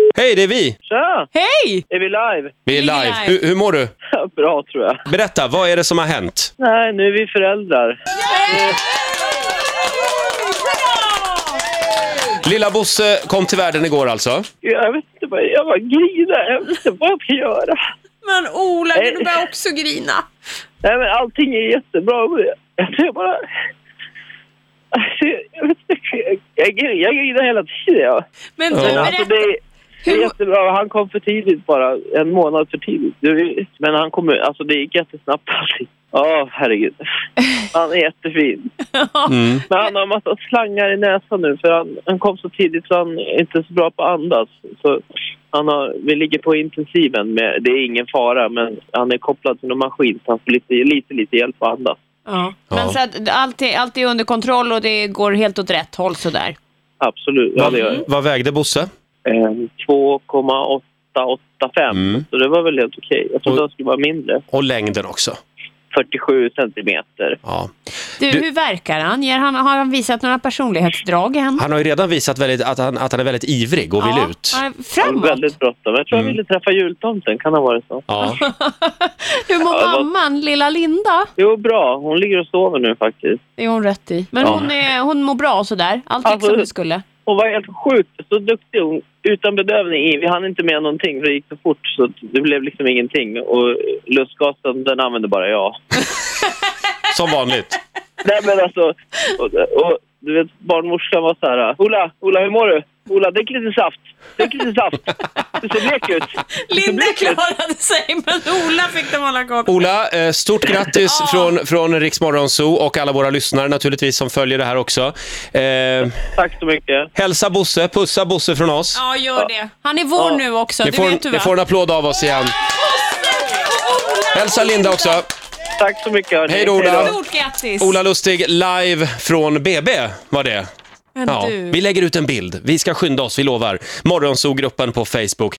Hej, det är vi! Tja! Hej! Är vi live? Vi är live. Hur mår du? Bra, tror jag. Berätta, vad är det som har hänt? Nej, nu är vi föräldrar. Lilla Bosse kom till världen igår alltså. Jag vet inte vad jag var grina. Jag vet inte vad jag ska göra. Men Ola, du börjar också grina. Nej, men allting är jättebra. Jag bara... Jag vet inte, jag grinar hela tiden. Ja. Men Alltså, det är jättebra. Han kom för tidigt, bara en månad för tidigt. Men han kom, alltså det gick jättesnabbt alltid. Herregud. Han är jättefin. Men han har en massa slangar i näsan nu. För han kom så tidigt så han är inte så bra på att andas. Så vi ligger på intensiven. Det är ingen fara, men han är kopplad till en maskin. Så han får lite hjälp att andas. Ja. Men så att allt är under kontroll och det går helt åt rätt håll sådär. Absolut, ja, det gör det. Vad vägde Bosse? 2,885. Så det var väl helt okej. Jag trodde det skulle vara mindre. Och längden också. 47 centimeter. Ja. Hur verkar han? Har han visat några personlighetsdrag än? Han har ju redan visat att han är väldigt ivrig och vill ut. Framåt. Väldigt bråttom. Jag tror han ville träffa jultomten. Kan det vara så? Ja. Hur mår mamman, lilla Linda? Jo, bra. Hon ligger och sover nu faktiskt. Det är hon rätt i. Men hon mår bra sådär. Allt gick som det skulle. Hon var helt sjukt. Så duktig hon. Utan bedövning. Vi hann inte med någonting för det gick så fort. Så det blev liksom ingenting. Och lustgasen, den använde bara jag. Som vanligt. Nej, men alltså... Och du vet, barnmorskan var så här... Ola, hur mår du? Ola, drick lite saft. Du ser blek ut. Linda klarade sig, men Ola fick dem alla koll. Ola, stort grattis från Rix Morgon Zoo och alla våra lyssnare naturligtvis som följer det här också. Tack så mycket. Hälsa Bosse, pussa Bosse från oss. Ja, gör det. Han är vår nu också, det vet du va? Ni får en applåd av oss igen. Hälsa Linda också. Tack så mycket. Hej då, Ola. Stort grattis. Ola Lustig live från BB var det. Ja, vi lägger ut en bild. Vi ska skynda oss, vi lovar. Morgonzoo-gruppen på Facebook.